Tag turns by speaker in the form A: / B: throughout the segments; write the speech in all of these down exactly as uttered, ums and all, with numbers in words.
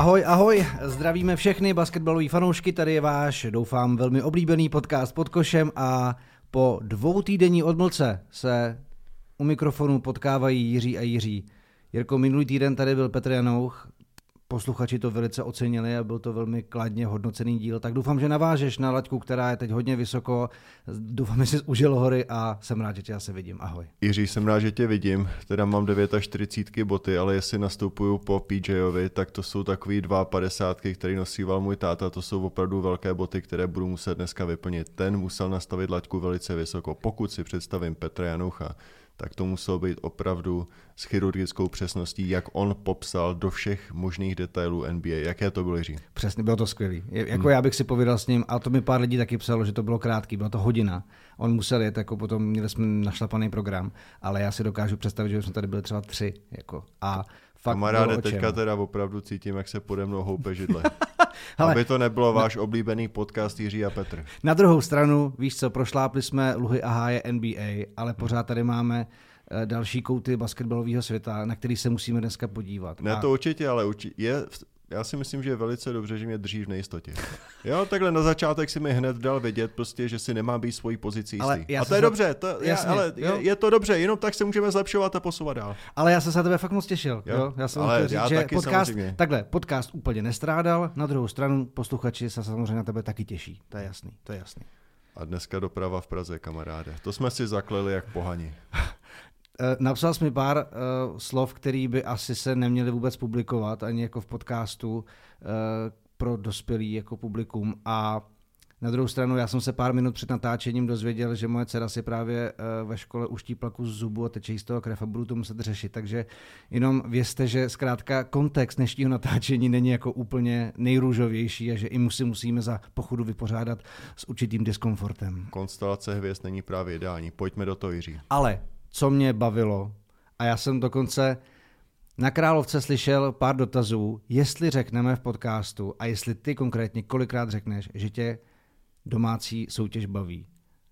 A: Ahoj, ahoj, zdravíme všechny basketbalové fanoušky, tady je váš, doufám, velmi oblíbený podcast Pod košem a po dvou týdenní odmlce se u mikrofonu potkávají Jiří a Jiří. Jirko, minulý týden tady byl Petr Janouch, posluchači to velice ocenili a byl to velmi kladně hodnocený díl, tak doufám, že navážeš na laťku, která je teď hodně vysoko, doufám, že jsi užil hory a jsem rád, že tě zase vidím. Ahoj.
B: Jiří, jsem rád, že tě vidím, teda mám čtyřicet devět boty, ale jestli nastupuju po P J ovi, tak to jsou takový padesát dva, který nosíval můj táta, to jsou opravdu velké boty, které budu muset dneska vyplnit. Ten musel nastavit laťku velice vysoko. Pokud si představím Petra Janoucha, tak to muselo být opravdu s chirurgickou přesností, jak on popsal do všech možných detailů N B A. Jaké to bylo, Jiří?
A: Přesně, bylo to skvělý. Jako hmm. já bych si povídal s ním, a to mi pár lidí taky psalo, že to bylo krátký, byla to hodina. On musel jet, jako potom měli jsme našlapaný program, ale já si dokážu představit, že jsme tady byli třeba tři. Jako, a
B: kamaráde, teďka teda opravdu cítím, jak se pode mnou houpe židle. Ale, aby to nebylo váš na, oblíbený podcast Jiří a Petr.
A: Na druhou stranu, víš co, prošlápli jsme luhy a háje N B A, ale pořád tady máme další kouty basketbalového světa, na který se musíme dneska podívat.
B: Ne, a... to určitě, ale určitě je... Já si myslím, že je velice dobře, že mě drží v nejistotě. Jo, takhle na začátek si mi hned dal vědět, prostě, že si nemá být svojí pozici jistý. A to je za... dobře, to, jasně, ale je, je to dobře, jenom tak se můžeme zlepšovat a posouvat dál.
A: Ale já jsem se na tebe fakt moc těšil. Jo? Jo? Já jsem
B: ale
A: chtěl říct,
B: já
A: že
B: taky
A: podcast,
B: samozřejmě.
A: Takhle, podcast úplně nestrádal, na druhou stranu posluchači se samozřejmě na tebe taky těší. To je jasný, to je jasný.
B: A dneska doprava v Praze, kamaráde. To jsme si zakleli jak pohani.
A: Napsal jsi mi pár uh, slov, který by asi se neměly vůbec publikovat, ani jako v podcastu uh, pro dospělý jako publikum. A na druhou stranu, já jsem se pár minut před natáčením dozvěděl, že moje dcera si právě uh, ve škole uštípla kus zubu a teče jí z toho krev a budu to muset řešit. Takže jenom vězte, že zkrátka kontext dnešního natáčení není jako úplně nejrůžovější a že i musí musíme za pochodu vypořádat s určitým diskomfortem.
B: Konstelace hvězd není právě ideální. Pojďme do toho, Jiří.
A: Ale co mě bavilo, a já jsem dokonce na Královce slyšel pár dotazů, jestli řekneme v podcastu a jestli ty konkrétně kolikrát řekneš, že tě domácí soutěž baví.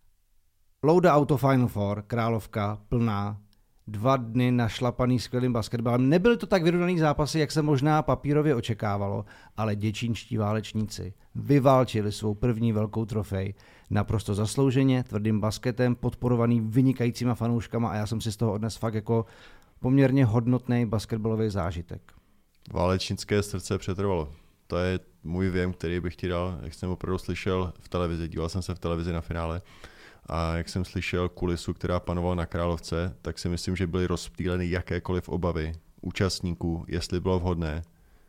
A: Louda Auto Final Four, Královka, plná, dva dny našlapaný skvělým basketbalem. Nebyly to tak vyrovnaný zápasy, jak se možná papírově očekávalo, ale děčínští válečníci vyválčili svou první velkou trofej naprosto zaslouženě, tvrdým basketem, podporovaný vynikajícíma fanouškama a já jsem si z toho odnes fakt jako poměrně hodnotný basketbalový zážitek.
B: Válečnické srdce přetrvalo. To je můj věm, který bych ti dal, jak jsem opravdu slyšel v televizi, díval jsem se v televizi na finále a jak jsem slyšel kulisu, která panovala na Královce, tak si myslím, že byly rozptýleny jakékoliv obavy účastníků, jestli bylo vhodné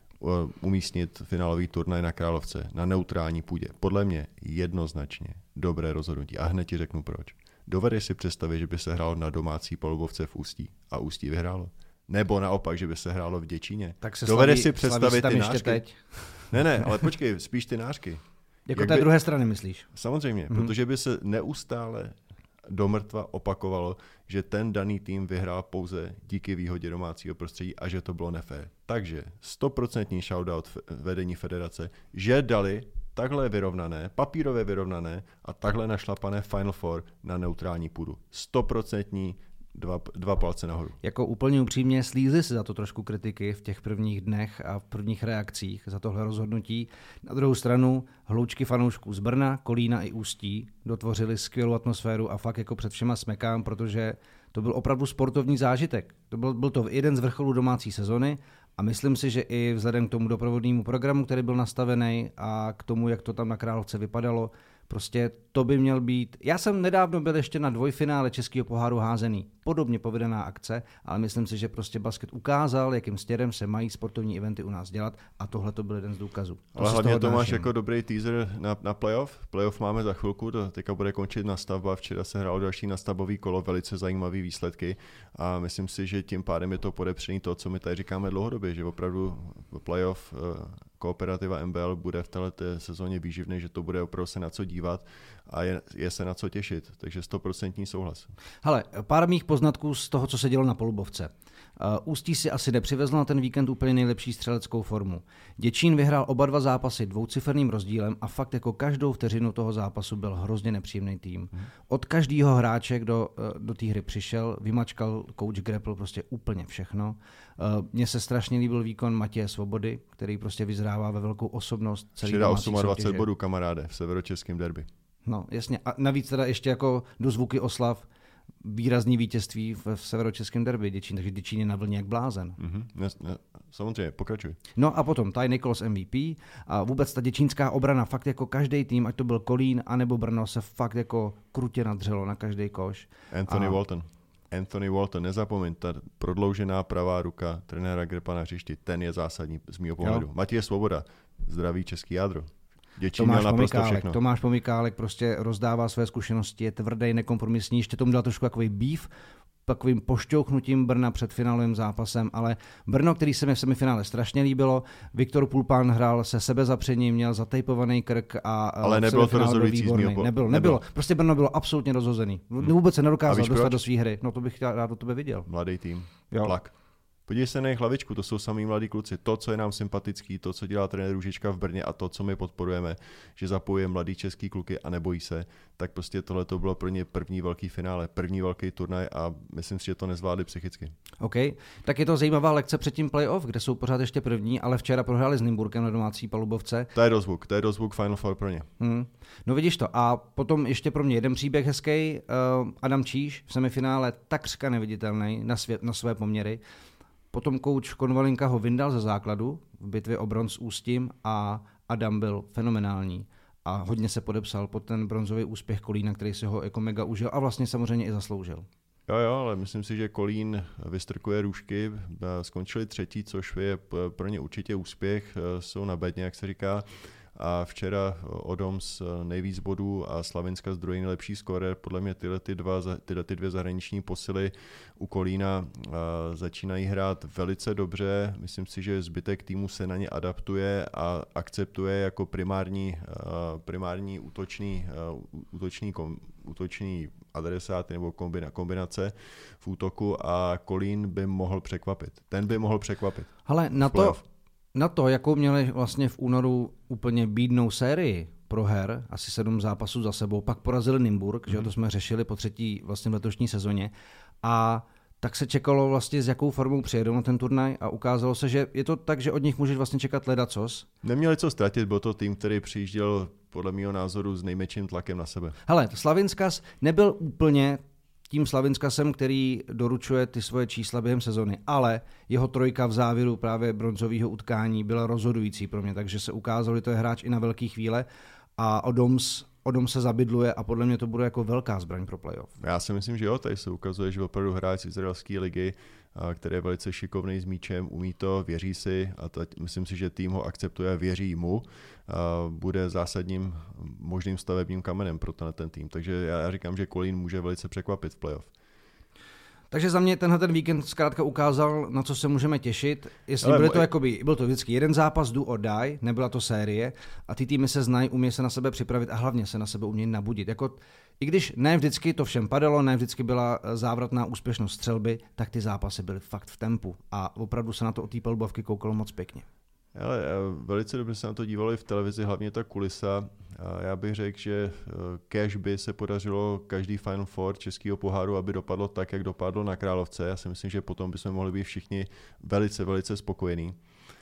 B: umístit finálový turnaj na Královce, na neutrální půdě. Podle mě jednoznačně dobré rozhodnutí. A hned ti řeknu proč. Dovedeš si představit, že by se hrálo na domácí polubovce v Ústí a Ústí vyhrálo? Nebo naopak, že by se hrálo v Děčíně?
A: Tak se
B: Dovedeš
A: slaví,
B: si představit ty nářky?
A: Teď.
B: Ne, ne, ale počkej, spíš ty nářky.
A: Jako Jak té by... druhé strany myslíš?
B: Samozřejmě, mm-hmm. protože by se neustále do mrtva opakovalo, že ten daný tým vyhrál pouze díky výhodě domácího prostředí a že to bylo nefér. Takže stoprocentní shoutout vedení federace, že dali takhle vyrovnané, papírově vyrovnané a takhle našlapané Final Four na neutrální půdu. Stoprocentní Dva, dva palce nahoru.
A: Jako úplně upřímně slízli si za to trošku kritiky v těch prvních dnech a v prvních reakcích za tohle rozhodnutí. Na druhou stranu hloučky fanoušků z Brna, Kolína i Ústí dotvořili skvělou atmosféru a fakt jako před všema smekám, protože to byl opravdu sportovní zážitek. To byl, byl to jeden z vrcholů domácí sezony a myslím si, že i vzhledem k tomu doprovodnému programu, který byl nastavený a k tomu, jak to tam na Královce vypadalo, prostě to by měl být... Já jsem nedávno byl ještě na dvojfinále Českého poháru házený. Podobně povedená akce, ale myslím si, že prostě basket ukázal, jakým směrem se mají sportovní eventy u nás dělat a tohle to byl jeden z důkazů. To
B: ale hlavně to máš jako dobrý teaser na, na playoff. Playoff máme za chvilku, to teďka bude končit nastavba. Včera se hrálo další nastavbový kolo, velice zajímavý výsledky a myslím si, že tím pádem je to podepřený to, co my tady říkáme dlouhodobě, že opravdu playoff kooperativa N B L bude v této sezóně výživný, že to bude opravdu se na co dívat a je, je se na co těšit. Takže stoprocentní souhlas.
A: Hele, pár mých poznatků z toho, co se dělo na polubovce. Ústí si asi nepřivezl na ten víkend úplně nejlepší střeleckou formu. Děčín vyhrál oba dva zápasy dvouciferným rozdílem a fakt jako každou vteřinu toho zápasu byl hrozně nepříjemný tým. Hmm. Od každého hráče, kdo do té hry přišel, vymačkal coach Greppel prostě úplně všechno. Mně se strašně líbil výkon Matěje Svobody, který prostě vyzrává ve velkou osobnost celý domácí soutěže.
B: dvacet osm bodů, kamaráde, v severočeském derby.
A: No, jasně. A navíc teda ještě jako do zvuky oslav výrazný vítězství v, v severočeském derby Děčín, takže Děčín je na vlně jak blázen.
B: Mm-hmm. Ne, ne, samozřejmě, pokračuj.
A: No a potom Ty Nichols M V P a vůbec ta děčínská obrana, fakt jako každý tým, ať to byl Kolín anebo Brno, se fakt jako krutě nadřelo na každý koš.
B: Anthony
A: a...
B: Walton. Anthony Walton, nezapomeň, ta prodloužená pravá ruka trenéra Greppa na hřišti, ten je zásadní z mýho pohledu. Matěj Svoboda, zdravý český jádro. Děčín
A: Tomáš
B: měl naprosto
A: Pomykálek,
B: všechno.
A: Tomáš Pomykálek prostě rozdává své zkušenosti, je tvrdý, nekompromisní, ještě tomu dal trošku takový beef, takovým pošťouchnutím Brna před finálovým zápasem, ale Brno, který se mi v semifinále strašně líbilo, Viktor Pulpán hrál se sebezapřením, měl zatejpovaný krk a
B: ale nebylo to rozhodující z mýho
A: nebylo, nebylo, nebylo. Prostě Brno bylo absolutně rozhozený. Hmm. Vůbec se nedokázal dostat proč? do své hry. No to bych rád do tebe viděl.
B: Mladý tým,
A: jo.
B: tlak. Podívej se na jejich hlavičku, to jsou samý mladí kluci. To, co je nám sympatický, to, co dělá trenér Růžička v Brně a to, co my podporujeme, že zapojuje mladý český kluky a nebojí se, tak prostě tohle to bylo pro ně první velký finále, první velký turnaj a myslím si, že to nezvládli psychicky.
A: OK, tak je to zajímavá lekce před tím playoff, kde jsou pořád ještě první, ale včera prohráli s Nymburkem na domácí palubovce.
B: To je dozvuk, to je dozvuk Final Four pro ně.
A: Hmm. No vidíš to. A potom ještě pro mě jeden příběh hezký. Uh, Adam Číš v semifinále takřka neviditelný na, svě- na své poměry. Potom kouč Konvalinka ho vyndal ze základu v bitvě o bronz s Ústím a Adam byl fenomenální. A hodně se podepsal pod ten bronzový úspěch Kolína, který si ho jako mega užil a vlastně samozřejmě i zasloužil.
B: Jo, jo, ale myslím si, že Kolín vystrkuje růžky, skončili třetí, což je pro ně určitě úspěch, jsou na bedně, jak se říká. A včera Odoms nejvíc bodů a Slavinska z druhý nejlepší skóre. Podle mě tyhle, ty dva, tyhle ty dvě zahraniční posily u Kolína začínají hrát velice dobře. Myslím si, že zbytek týmu se na ně adaptuje a akceptuje jako primární, primární útočný, útočný, útočný adresáty nebo kombinace v útoku a Kolín by mohl překvapit. Ten by mohl překvapit.
A: Ale na to... Na to, jakou měli vlastně v únoru úplně bídnou sérii proher, asi sedm zápasů za sebou, pak porazili Nymburk, mm. že to jsme řešili po třetí vlastně v letošní sezóně a tak se čekalo vlastně, s jakou formou přijedou na ten turnaj a ukázalo se, že je to tak, že od nich můžeš vlastně čekat ledacos.
B: Neměli co ztratit, byl to tým, který přijížděl podle mého názoru s nejmenším tlakem na sebe.
A: Hele, Slavinskas nebyl úplně tím Slavinskasem, který doručuje ty svoje čísla během sezony, ale jeho trojka v závěru právě bronzového utkání byla rozhodující pro mě, takže se ukázalo, že to je hráč i na velké chvíle a Odoms, Odoms se zabydluje a podle mě to bude jako velká zbraň pro playoff.
B: Já si myslím, že jo, tady se ukazuje, že opravdu hráč z izraelské ligy, který je velice šikovný s míčem, umí to, věří si a teď myslím si, že tým ho akceptuje, věří mu, bude zásadním možným stavebním kamenem pro ten, ten tým. Takže já říkám, že Kolín může velice překvapit v playoff.
A: Takže za mě tenhle ten víkend zkrátka ukázal, na co se můžeme těšit. Jestli
B: Ale
A: bude
B: mo-
A: to jakoby, byl to vždycky jeden zápas, do or die, nebyla to série a ty týmy se znají, umí se na sebe připravit a hlavně se na sebe umějí nabudit. Jako, i když ne vždycky to všem padalo, ne vždycky byla závratná úspěšnost střelby, tak ty zápasy byly fakt v tempu a opravdu se na to od té palubovky koukalo moc pěkně.
B: Ale velice dobře se na to dívalo i v televizi, hlavně ta kulisa. Já bych řekl, že cash by se podařilo každý Final Four českého poháru, aby dopadlo tak, jak dopadlo na Královce. Já si myslím, že potom bychom mohli být všichni velice, velice spokojení.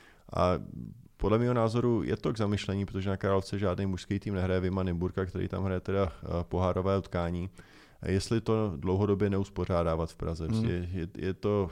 B: A podle mého názoru je to k zamyšlení, protože na Královce žádný mužský tým nehraje, vyjma Nymburka, který tam hraje teda pohárové utkání. Jestli to dlouhodobě neuspořádávat v Praze. Hmm. Je, je, je to...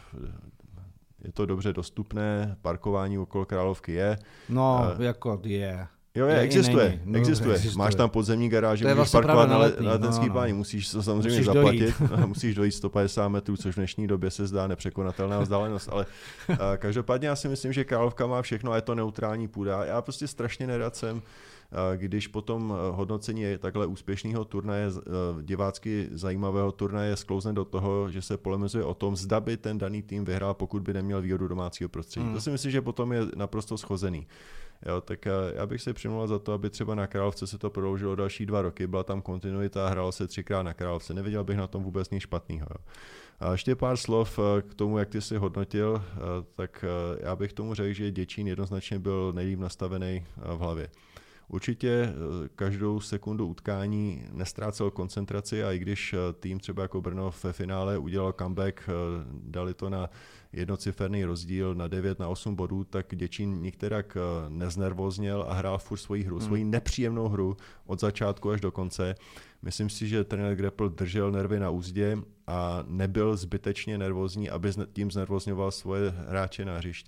B: Je to dobře dostupné, parkování okolo Královky je.
A: No, uh, jako je.
B: Jo, je,
A: je
B: existuje,
A: no,
B: existuje.
A: existuje.
B: Máš tam podzemní garáže, můžeš
A: vlastně
B: parkovat na,
A: letný,
B: na letenský
A: no,
B: pláni,
A: no.
B: musíš to samozřejmě
A: musíš
B: zaplatit,
A: dojít.
B: musíš dojít sto padesát metrů, což v dnešní době se zdá nepřekonatelná vzdálenost, ale uh, každopádně já si myslím, že Královka má všechno a je to neutrální půda. Já prostě strašně nerad jsem, když potom hodnocení takhle úspěšného turnaje, divácky zajímavého turnaje sklouzne do toho, že se polemizuje o tom, zda by ten daný tým vyhrál, pokud by neměl výhodu domácího prostředí. Hmm. To si myslím, že potom je naprosto schozený. Jo, tak já, já bych si přimlouval za to, aby třeba na Královce se to prodloužilo další dva roky, byla tam kontinuita, hrálo se třikrát na Královce, neviděl bych na tom vůbec nic špatného. Jo. A ještě pár slov k tomu, jak ty jsi hodnotil, tak já bych tomu řekl, že Děčín jednoznačně byl nejlíp nastavený v hlavě. Určitě každou sekundu utkání nestrácel koncentraci a i když tým třeba jako Brno ve finále udělal comeback, dali to na jednociferný rozdíl na devět na osm bodů, tak Děčín nikterak neznervozněl a hrál furt svoji hru, hmm. svoji nepříjemnou hru od začátku až do konce. Myslím si, že trenér Greppel držel nervy na úzdě a nebyl zbytečně nervózní, aby tím znervozňoval svoje hráče na hřišti.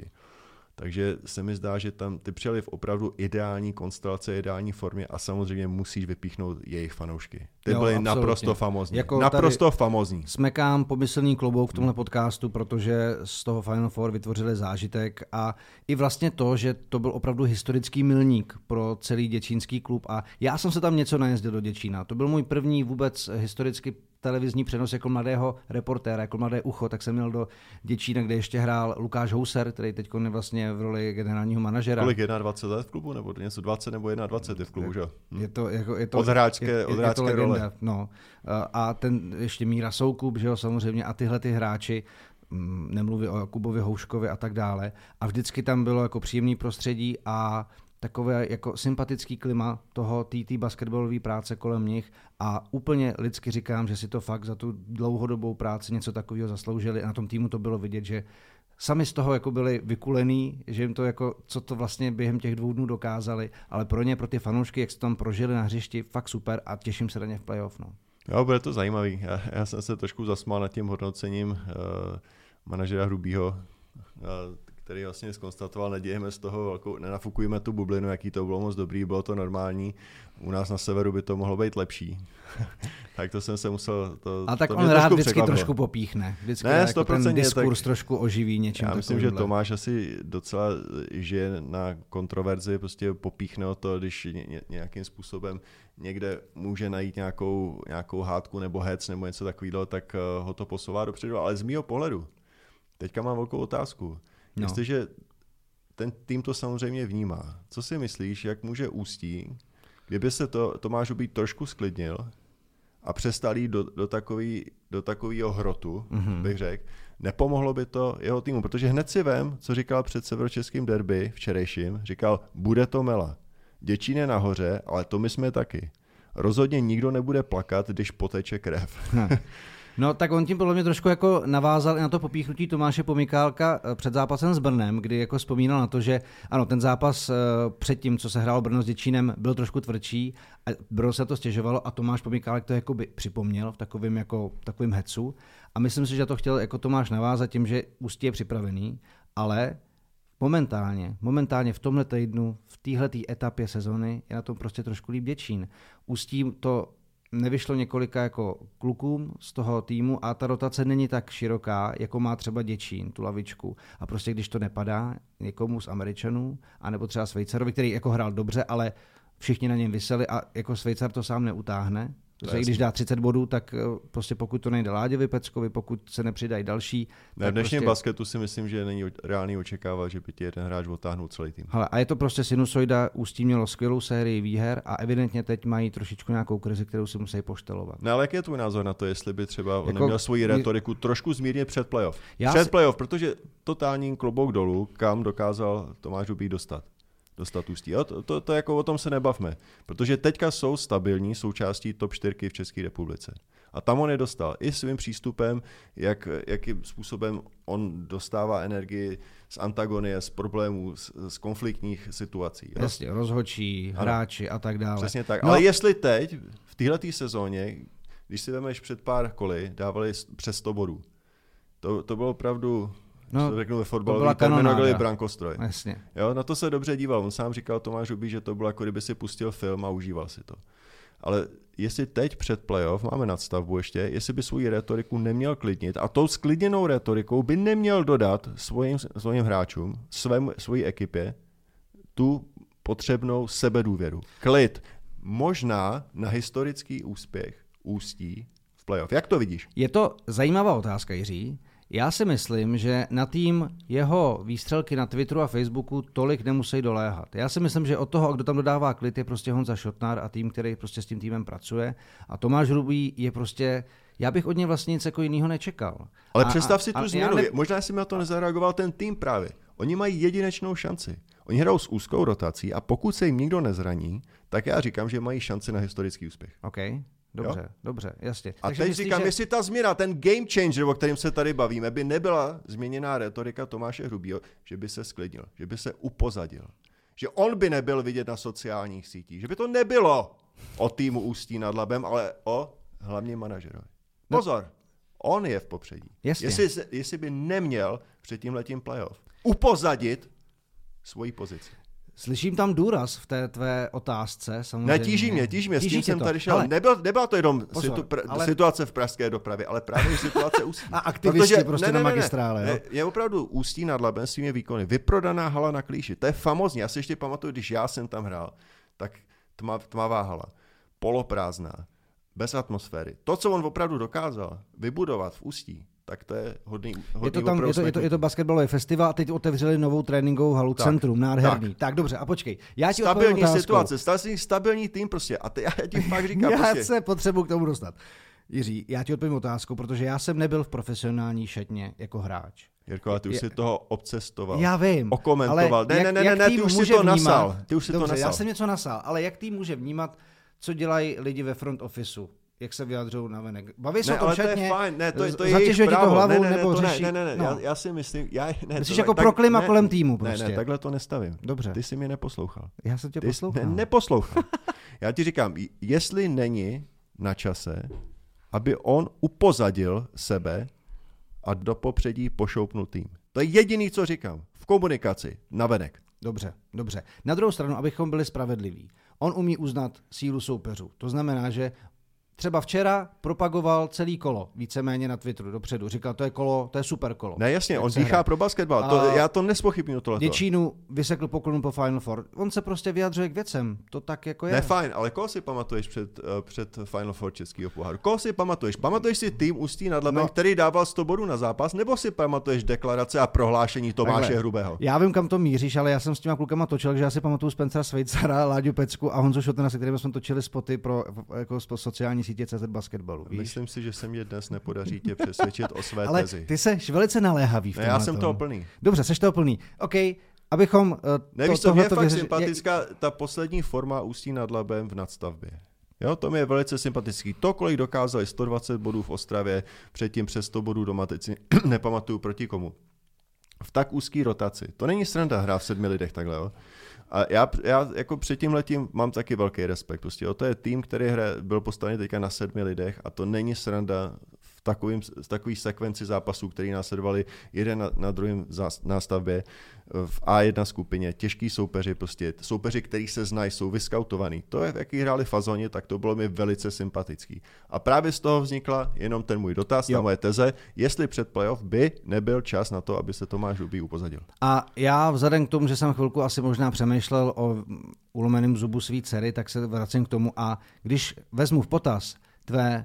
B: Takže se mi zdá, že tam ty přijeli v opravdu ideální konstelace, ideální formě a samozřejmě musíš vypíchnout jejich fanoušky. Ty jo, byli absolutně. naprosto famózní. Jako naprosto famózní.
A: Smekám pomyslný klobouk v tomhle podcastu, protože z toho Final Four vytvořili zážitek a i vlastně to, že to byl opravdu historický milník pro celý děčínský klub a já jsem se tam něco najezdil do Děčína. To byl můj první vůbec historicky televizní přenos jako mladého reportéra, jako mladé ucho, tak jsem měl do Děčína, kde ještě hrál Lukáš Houser, který teď je vlastně v roli generálního manažera.
B: Kolik dvacet jedna let v klubu, nebo něco dvacet nebo dvacet jedna je v klubu, že?
A: Hm. Je to, jako, je to,
B: od hráčské, je, od hráčské je to role.
A: No. A ten ještě Míra Soukup, že jo, samozřejmě, a tyhle ty hráči, nemluví o Jakubovi Houškovi a tak dále. A vždycky tam bylo jako příjemný prostředí a takové jako sympatický klima toho té basketbalové práce kolem nich a úplně lidsky říkám, že si to fakt za tu dlouhodobou práci něco takového zasloužili a na tom týmu to bylo vidět, že sami z toho jako byli vykulený, že jim to jako, co to vlastně během těch dvou dnů dokázali, ale pro ně, pro ty fanoušky, jak se tam prožili na hřišti, fakt super a těším se na ně v playoff. No.
B: Jo, bude to zajímavý. Já, já jsem se trošku zasmál nad tím hodnocením uh, manažera Hrubýho, uh, který vlastně zkonstatoval, nedějeme z toho velkou, nenafukujeme tu bublinu, jaký to bylo moc dobrý, bylo to normální. U nás na severu by to mohlo být lepší. Tak to jsem se musel... To,
A: a tak
B: to
A: on rád vždycky
B: překvapilo.
A: Trošku popíchne. Vždycky
B: ne,
A: jako ten diskurs tak, trošku oživí něčím.
B: Já myslím, že Tomáš asi docela žije na kontroverzi, prostě popíchne o to, když ně, nějakým způsobem někde může najít nějakou, nějakou hádku nebo hec nebo něco takového, tak ho to posouvá dopředu. Ale z mýho pohledu, teďka mám velkou otázku. No. Jestliže ten tým to samozřejmě vnímá, co si myslíš, jak může Ústí, kdyby se to Tomáš Hubý trošku sklidnil a přestal jít do, do, takový, do takového hrotu, mm-hmm. bych řekl, nepomohlo by to jeho týmu, protože hned si vem, co říkal před severočeským derby včerejším, říkal, bude to mela. Děčín je nahoře, ale to my jsme taky. Rozhodně nikdo nebude plakat, když poteče krev.
A: No tak on tím podle mě trošku jako navázal i na to popíchnutí Tomáše Pomykálka před zápasem s Brnem, kdy jako vzpomínal na to, že ano, ten zápas před tím, co se hrál Brno s Děčínem, byl trošku tvrdší a Brno se to stěžovalo a Tomáš Pomykálek to jako by připomněl v takovém jako takovým hecu a myslím si, že to chtěl jako Tomáš navázat tím, že Ústí je připravený, ale momentálně, momentálně v tomhle týdnu, v téhleté etapě sezony je na tom prostě trošku líp Děčín. Ústí to nevyšlo několika jako klukům z toho týmu a ta rotace není tak široká, jako má třeba Děčín, tu lavičku. A prostě když to nepadá někomu z Američanů, anebo třeba Švejcarovi, který jako hrál dobře, ale všichni na něm viseli a jako Švejcar to sám neutáhne. Protože když dá třicet bodů, tak prostě pokud to nejde Láďovi Peckovi, pokud se nepřidají další.
B: Ne, v dnešním
A: prostě...
B: basketu si myslím, že není reálný očekávat, že by ti jeden hráč otáhnul celý tým.
A: Hele, a je to prostě sinusoida, Ústí mělo skvělou sérii výher a evidentně teď mají trošičku nějakou krizi, kterou si musí poštelovat.
B: No ale jak je tvůj názor na to, jestli by třeba on jako... neměl svoji retoriku trošku zmírnit před playoff? Já před si... playoff, protože totální klobouk dolů, kam dokázal Tomáš Hubý dostat. dostat Ústí. Jo, to, to, to jako o tom se nebavme, protože teďka jsou stabilní součástí top čtyřky v České republice. A tam on je dostal i svým přístupem, jak, jakým způsobem on dostává energii z antagonie, z problémů, z, z konfliktních situací. Jo?
A: Jasně, rozhodčí, hráči a tak dále.
B: Přesně tak. No. Ale jestli teď, v téhleté sezóně, když si vemeš před pár koly, dávali přes sto bodů. To, to bylo opravdu... No, to řeknu ve fotbalový terminologii brankostroj.
A: Jasně.
B: Jo, na to se dobře díval. On sám říkal Tomáš Hubý, že to bylo jako kdyby si pustil film a užíval si to. Ale jestli teď před playoff máme nadstavbu ještě, jestli by svou retoriku neměl klidnit a tou sklidněnou retorikou by neměl dodat svojim, svojim hráčům, svém, svojí ekipě tu potřebnou sebedůvěru. Klid. Možná na historický úspěch Ústí v playoff. Jak to vidíš?
A: Je to zajímavá otázka, Jiří. Já si myslím, že na tým jeho výstřelky na Twitteru a Facebooku tolik nemusí doléhat. Já si myslím, že od toho, kdo tam dodává klid, je prostě Honza Šotnár a tým, který prostě s tím týmem pracuje. A Tomáš Hrubý je prostě, já bych od něj vlastně nic jako jiného nečekal.
B: Ale
A: a,
B: představ si
A: a,
B: tu
A: a,
B: změnu.
A: Ne...
B: Možná si mi na to nezareagoval ten tým právě. Oni mají jedinečnou šanci. Oni hrajou s úzkou rotací a pokud se jim nikdo nezraní, tak já říkám, že mají šanci na historický úspěch.
A: OK. Dobře, jo? dobře, jasně.
B: A Takže teď myslí, říkám, že... jestli ta změna, ten game changer, o kterém se tady bavíme, by nebyla změněná retorika Tomáše Hrubýho, že by se sklidnil, že by se upozadil, že on by nebyl vidět na sociálních sítích, že by to nebylo o týmu Ústí nad Labem, ale o hlavním manažerovi. Pozor, no. On je v popředí. Jestli, jestli by neměl před tímhletím playoff upozadit svoji pozici.
A: Slyším tam důraz v té tvé otázce, samozřejmě.
B: Ne, tíží mě, tíží mě, s tím jsem
A: to.
B: tady šel. Ale... Nebyl, nebyla to jenom pozor, situ, pr- ale... situace v pražské dopravě, ale právě situace Ústí.
A: A aktivisti Protože, prostě ne, ne, na magistrále.
B: Ne,
A: jo?
B: Je opravdu Ústí nad Labem svými výkony. Vyprodaná hala na Klíši, to je famózní. Já si ještě pamatuju, když já jsem tam hrál, tak tma, tmavá hala, poloprázdná, bez atmosféry. To, co on opravdu dokázal vybudovat v Ústí, tak to je hodný, hodný
A: je to tam, je to, je to, je to basketbalový festival a teď otevřeli novou tréninkovou halu, tak, Centrum, nádherný. Tak. tak dobře, a počkej. Já ti
B: stabilní situace, stabilní, stabilní tým prostě. A ty, já ti fakt říkám
A: já
B: prostě.
A: se potřebuji k tomu dostat. Jiří, já ti odpovím otázku, protože já jsem nebyl v profesionální šatně jako hráč.
B: Jirko, a ty už je, si toho obcestoval.
A: Já vím.
B: Okomentoval. Ne,
A: jak,
B: ne, ne, ne, ne, ty už si to
A: vnímat,
B: nasal. Ty už si
A: dobře,
B: to nasal.
A: Já jsem něco nasal, ale jak tým může vnímat, co dělají lidi ve front officeu? Jak se vyjadřují na venek. Baví se
B: ne,
A: o tom
B: ale
A: šatně,
B: to je fajn, ne, to je, to je
A: zatěžuje ti to hlavu,
B: ne, ne,
A: nebo
B: to
A: řeší...
B: Ne, ne, ne,
A: no.
B: já, já si myslím... Já, ne,
A: Myslíš
B: to,
A: jako
B: tak,
A: pro klima
B: ne,
A: kolem týmu prostě.
B: Ne, ne, takhle to nestavím.
A: Dobře.
B: Ty jsi mě neposlouchal.
A: Já jsem tě
B: Ty
A: poslouchal.
B: Ne, neposlouchal. Já ti říkám, jestli není na čase, aby on upozadil sebe a do popředí pošoupnul tým. To je jediný, co říkám. V komunikaci, navenek.
A: Dobře, dobře. Na druhou stranu, abychom byli spravedliví. On umí uznat sílu soupeřů. To znamená, že třeba včera propagoval celý kolo, víceméně na Twitteru dopředu. Říkal, to je kolo, to je super kolo.
B: Ne, jasně, on dýchá pro basketbal. To, já to nespochybnuju tohleto.
A: Děčínu vysekl poklonu po Final Four. On se prostě vyjadřuje k věcem. To tak jako je.
B: Ne, fajn, ale koho si pamatuješ před, uh, před Final Four českého poháru? Koho si pamatuješ? Pamatuješ si tým Ústí nad Labem, no. který dával sto bodů na zápas, nebo si pamatuješ deklarace a prohlášení Tomáše Takhle. Hrubého?
A: Já vím, kam to míříš, ale já jsem s těma klukama točil, že já si pamatuju Spencera Svejcara, Láďu Pecku a Honzu Šotnera, se kterými jsme točili spoty pro jako sociální sítě C Z Basketball. Víš?
B: Myslím si, že se mě dnes nepodaří tě přesvědčit o své
A: ale
B: tezi.
A: Ty seš velice naléhavý v
B: ne, já jsem toho plný.
A: Dobře, seš toho plný. OK, abychom... Uh,
B: Nevíš, to, co mě je fakt vyřeš... sympatická, ta poslední forma Ústí nad Labem v nadstavbě. Jo, to mi je velice sympatický. To, kolik dokázali sto dvacet bodů v Ostravě, předtím přes sto bodů doma, teď si nepamatuju proti komu. V tak úzký rotaci. To není sranda hrát v sedmi lidech takhle, jo. A já, já jako před tímhletím mám taky velký respekt. Prostě, jo, to je tým, který hraje, byl postavený teďka na sedmi lidech a to není sranda v takovým, v takový sekvenci zápasů, který následovali jeden na, na druhém nástavbě v á jedna skupině. Těžký soupeři, prostě soupeři, který se znají, jsou vyskautovaný. To je, v jaký hráli fazóně, tak to bylo mi velice sympatický. A právě z toho vznikla jenom ten můj dotaz, ta moje teze, jestli před playoff by nebyl čas na to, aby se Tomáš Hrubý upozadil.
A: A já vzhledem k tomu, že jsem chvilku asi možná přemýšlel o ulomeném zubu svý dcery, tak se vracím k tomu a když vezmu v potaz tvé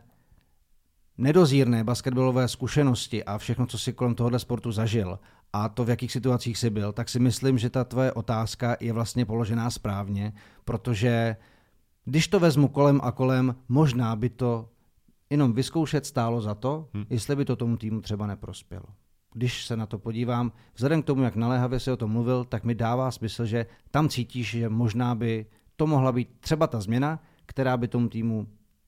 A: nedozírné basketbalové zkušenosti a všechno, co si kolem tohohle sportu zažil a to, v jakých situacích jsi byl, tak si myslím, že ta tvoje otázka je vlastně položená správně, protože když to vezmu kolem a kolem, možná by to jenom vyzkoušet stálo za to, hmm. jestli by to tomu týmu třeba neprospělo. Když se na to podívám, vzhledem k tomu, jak naléhavě si o tom mluvil, tak mi dává smysl, že tam cítíš, že možná by to mohla být třeba ta změna, která by tomu týmu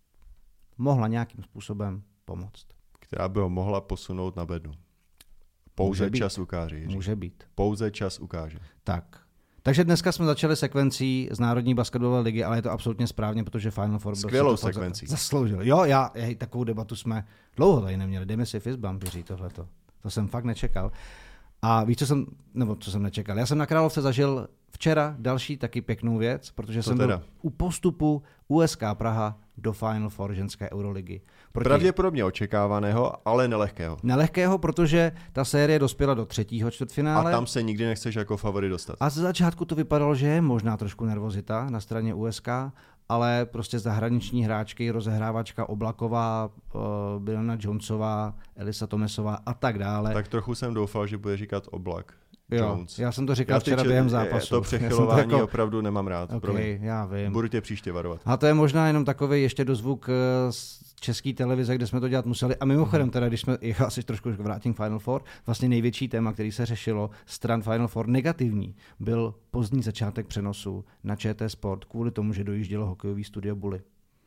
A: mohla nějakým způsobem pomoct.
B: Která by ho mohla posunout na bednu. Pouze čas ukáže. Jiří.
A: Může být.
B: Pouze čas ukáže.
A: Tak. Takže dneska jsme začali sekvencí z Národní basketbalové ligy, ale je to absolutně správně, protože Final Four
B: skvělou sekvencí.
A: Zasloužil. Jo, já, já takovou debatu jsme dlouho tady neměli. Dejme si fist bump, Jiří, tohleto. To jsem fakt nečekal. A víš, co jsem, nebo co jsem nečekal? Já jsem na Královce zažil včera další taky pěknou věc, protože
B: to
A: jsem
B: teda?
A: byl u postupu U S K Praha do Final Four ženské Euroligy.
B: Proti... Pravděpodobně očekávaného, ale nelehkého.
A: Nelehkého, protože ta série dospěla do třetího čtvrtfinále.
B: A tam se nikdy nechceš jako favorit dostat.
A: A ze začátku to vypadalo, že je možná trošku nervozita na straně U S K, ale prostě zahraniční hráčky, rozehrávačka Oblaková, Bilana Jonesová, Elisa Tomesová a tak dále.
B: Tak trochu jsem doufal, že bude říkat Oblak. Jones.
A: Jo, já jsem to říkal já včera če- během zápasu.
B: To přechylování to jako... opravdu nemám rád.
A: Okay, já vím.
B: Budu tě příště varovat.
A: A to je možná jenom takový ještě dozvuk z české televize, kde jsme to dělat museli. A mimochodem, teda, když jsme, já si trošku vrátím Final Four, vlastně největší téma, který se řešilo stran Final Four negativní, byl pozdní začátek přenosu na Č T Sport kvůli tomu, že dojíždělo hokejový studio Bully.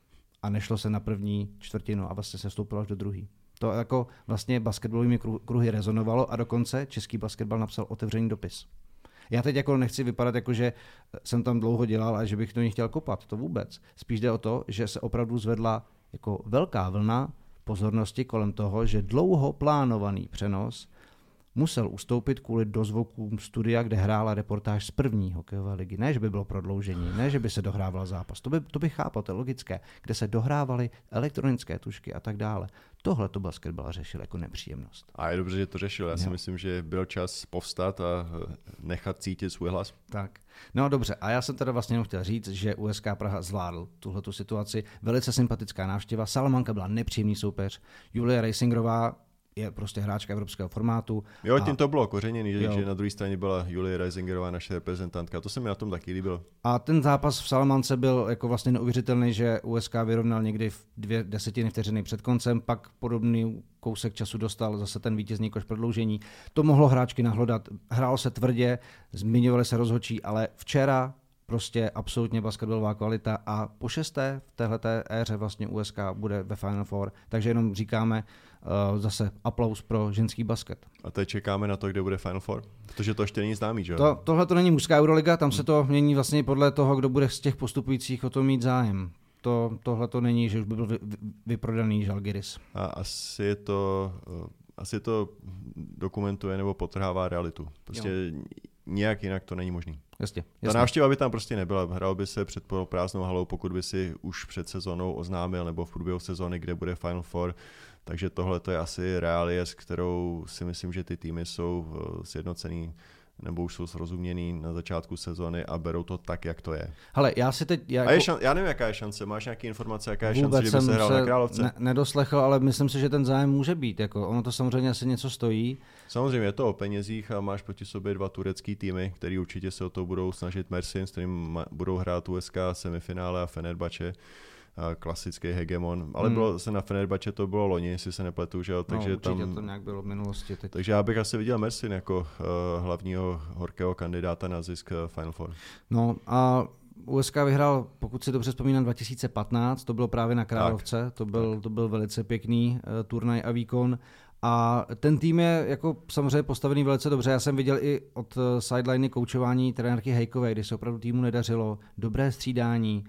A: A nešlo se na první čtvrtinu a vlastně se vstoupilo až do druhý. To jako vlastně basketbalovými kruhy rezonovalo a dokonce český basketbal napsal otevřený dopis. Já teď jako nechci vypadat jako, že jsem tam dlouho dělal a že bych to nechtěl kopat, to vůbec. Spíš jde o to, že se opravdu zvedla jako velká vlna pozornosti kolem toho, že dlouho plánovaný přenos musel ustoupit kvůli dozvukům studia, kde hrála reportáž z první hokejové ligy. Ne, že by bylo prodloužení, ne, že by se dohrával zápas. To by, to by chápal, to je logické. Kde se dohrávaly elektronické tušky a tak dále. Tohle to basketbal řešil jako nepříjemnost.
B: A je dobře, že to řešil. Já jo. si myslím, že byl čas povstat a nechat cítit svůj hlas.
A: Tak. No dobře, a já jsem teda vlastně jenom chtěl říct, že U S K Praha zvládl tuhletu situaci. Velice sympatická návštěva. Salamanca byla nepříjemný soupeř. Julia Reisingerová je prostě hráčka evropského formátu.
B: Jo, tím to bylo kořeněný, že, že na druhé straně byla Julie Reisingerová, naše reprezentantka. To se mi na tom taky líbilo.
A: A ten zápas v Salamance byl jako vlastně neuvěřitelný, že U S K vyrovnal někdy v dvě desetiny vteřiny před koncem, pak podobný kousek času dostal zase ten vítězný koš prodloužení. To mohlo hráčky nahlodat. Hrálo se tvrdě, zmiňovali se rozhodčí, ale včera prostě absolutně basketbalová kvalita a po šesté v téhleté éře vlastně U S K bude ve Final Four, takže jenom říkáme uh, zase aplaus pro ženský basket.
B: A teď čekáme na to, kde bude Final Four, protože to ještě není známý, že jo?
A: To, tohle to není mužská Euroliga, tam hmm. se to mění vlastně podle toho, kdo bude z těch postupujících o to mít zájem. To, tohle to není, že už by byl vy, vy, vyprodaný Žalgiris.
B: A asi je to, asi to dokumentuje nebo podtrhává realitu. Prostě jo. Nějak jinak to není možný.
A: Jasně,
B: jasně. Ta návštěva by tam prostě nebyla. Hrál by se před prázdnou halou, pokud by si už před sezónou oznámil nebo v průběhu sezóny, kde bude Final Four. Takže tohle to je asi reálie, s kterou si myslím, že ty týmy jsou sjednocený nebo už jsou srozuměný na začátku sezóny a berou to tak, jak to je.
A: Hele, já si teď... Já,
B: jako... je šan... já nevím, jaká je šance. Máš nějaké informace, jaká je šance, že by se hrál na Královce?
A: Ne- nedoslechl, ale myslím si, že ten zájem může být. Jako, ono to samozřejmě asi něco stojí.
B: Samozřejmě je to o penězích a máš proti sobě dva turecký týmy, který určitě se o to budou snažit. Mersin, s kterým budou hrát U S K semifinále a Fenerbahce. Klasický hegemon, ale bylo hmm. se na Fenerbahce to bylo loni, jestli se nepletu, že jo, takže
A: no,
B: tam
A: to nějak bylo v minulosti. Teď.
B: Takže já bych asi viděl Mersin jako uh, hlavního horkého kandidáta na zisk Final Four.
A: No a U S K vyhrál, pokud si dobře vzpomínám, dva tisíce patnáct, to bylo právě na Královce, tak, to byl tak. to byl velice pěkný uh, turnaj a výkon. A ten tým je jako samozřejmě postavený velice dobře. Já jsem viděl i od sideliny koučování trenérky Hejkové, kdy se opravdu týmu nedařilo, dobré střídání,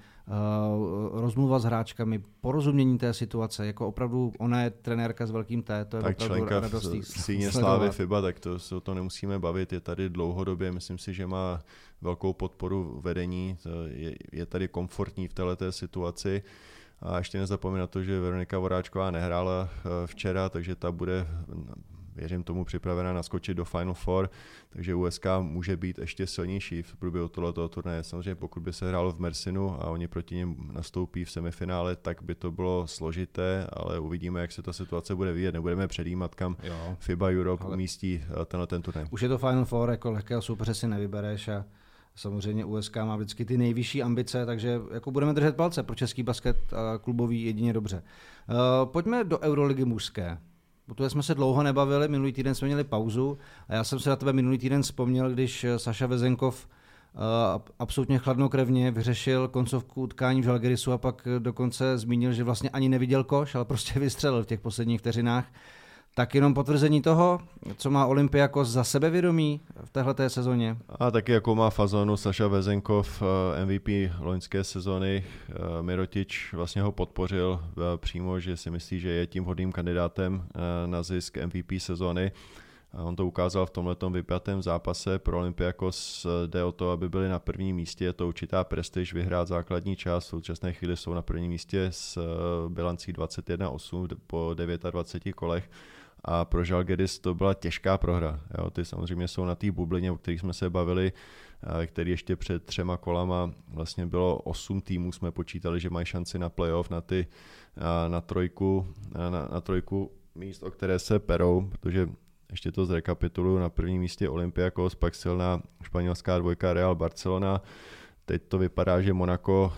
A: uh, rozmluva s hráčkami, porozumění té situace, jako opravdu ona je trenérka s velkým T, to je
B: tak
A: opravdu
B: členka
A: radostný.
B: Tak členka Slávy FIBA, tak to se o to nemusíme bavit, je tady dlouhodobě, myslím si, že má velkou podporu vedení, je, je tady komfortní v této situaci. A ještě nezapomínám na to, že Veronika Voráčková nehrála včera, takže ta bude, věřím tomu, připravena naskočit do Final Four, takže U S K může být ještě silnější v průběhu tohoto turnaje. Samozřejmě pokud by se hrálo v Mersinu a oni proti něm nastoupí v semifinále, tak by to bylo složité, ale uvidíme, jak se ta situace bude vyvíjet. Nebudeme předjímat, kam jo. FIBA Europe ale umístí tenhle ten turnaj.
A: Už je to Final Four, jako lehkého soupeře si nevybereš a samozřejmě U S K má vždycky ty nejvyšší ambice, takže jako budeme držet palce pro český basket a klubový jedině dobře. Uh, pojďme do Euroligy mužské. O to jsme se dlouho nebavili, minulý týden jsme měli pauzu a já jsem se na tebe minulý týden vzpomněl, když Saša Vezenkov uh, absolutně chladnokrevně vyřešil koncovku utkání v Žalgirisu a pak dokonce zmínil, že vlastně ani neviděl koš, ale prostě vystřelil v těch posledních vteřinách. Tak jenom potvrzení toho, co má Olympiakos za sebevědomí v téhleté sezóně.
B: A taky jako má fazonu Saša Vezenkov, M V P loňské sezóny. Mirotič vlastně ho podpořil přímo, že si myslí, že je tím vhodným kandidátem na zisk M V P sezóny. A on to ukázal v tomhletom vypjatém zápase. Pro Olympiakos jde o to, aby byli na prvním místě. Je to určitá prestiž vyhrát základní část. V současné chvíli jsou na prvním místě s bilancí dvacet jedna osm po dvaceti devíti kolech. A pro Žalgiris to byla těžká prohra. Jo, ty samozřejmě jsou na té bublině, o kterých jsme se bavili, který ještě před třema kolama vlastně bylo osm týmů, jsme počítali, že mají šanci na playoff, na, ty, na, trojku, na, na trojku míst, o které se perou, protože ještě to zrekapituluju, na prvním místě Olympiakos, pak silná španělská dvojka Real Barcelona. Teď to vypadá, že Monaco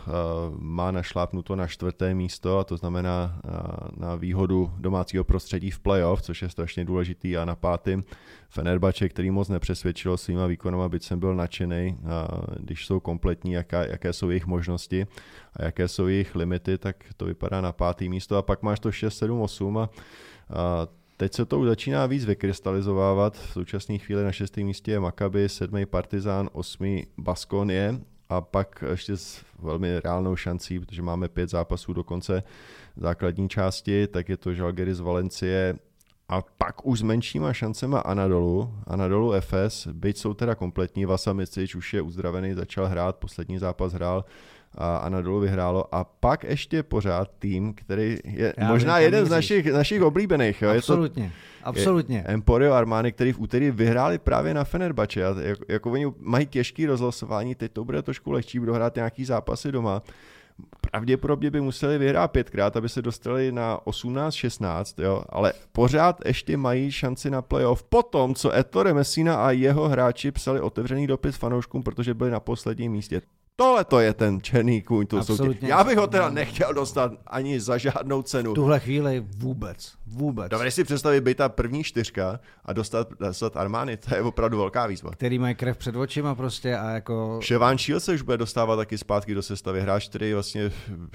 B: má našlápnuto na čtvrté místo, a to znamená na výhodu domácího prostředí v playoff, což je strašně důležitý, a na pátém Fenerbahce, který moc nepřesvědčil svýma výkonama, byť jsem byl nadšenej, když jsou kompletní, jaká, jaké jsou jejich možnosti a jaké jsou jejich limity, tak to vypadá na pátý místo, a pak máš to šest, sedm, osm a, a teď se to už začíná víc vykrystalizovávat. V současné chvíli na šestém místě je Maccabi, sedmý Partizán, osmý Baskonie, a pak ještě s velmi reálnou šancí, protože máme pět zápasů do konce základní části, tak je to Žalgiris Valencie, a pak už s menšíma šancema Anadolu, Anadolu F S, byť jsou teda kompletní, Vasa Micic už je uzdravený, začal hrát, poslední zápas hrál a Anadolu vyhrálo, a pak ještě pořád tým, který je Já možná vím, jeden z našich, našich oblíbených. Jo?
A: Absolutně, je to, absolutně.
B: Je Emporio Armani, který v úterý vyhráli právě na Fenerbahce. Jako, jako oni mají těžký rozlosování, teď to bude trošku lehčí, budou hrát nějaký zápasy doma. Pravděpodobně by museli vyhrát pětkrát, aby se dostali na osmnáct šestnáct, jo, ale pořád ještě mají šanci na playoff po tom, co Ettore Messina a jeho hráči psali otevřený dopis fanouškům, protože byli na posledním místě. Tohle to je ten černý kůň. Já bych ho teda nechtěl dostat ani za žádnou cenu.
A: V tuhle chvíli vůbec, vůbec.
B: Dobře si představit být ta první čtyřka a dostat, dostat Armani, to je opravdu velká výzva.
A: Který mají krev před očima prostě a jako...
B: Ševan Shields se už bude dostávat taky zpátky do sestavy. Hráč, který vlastně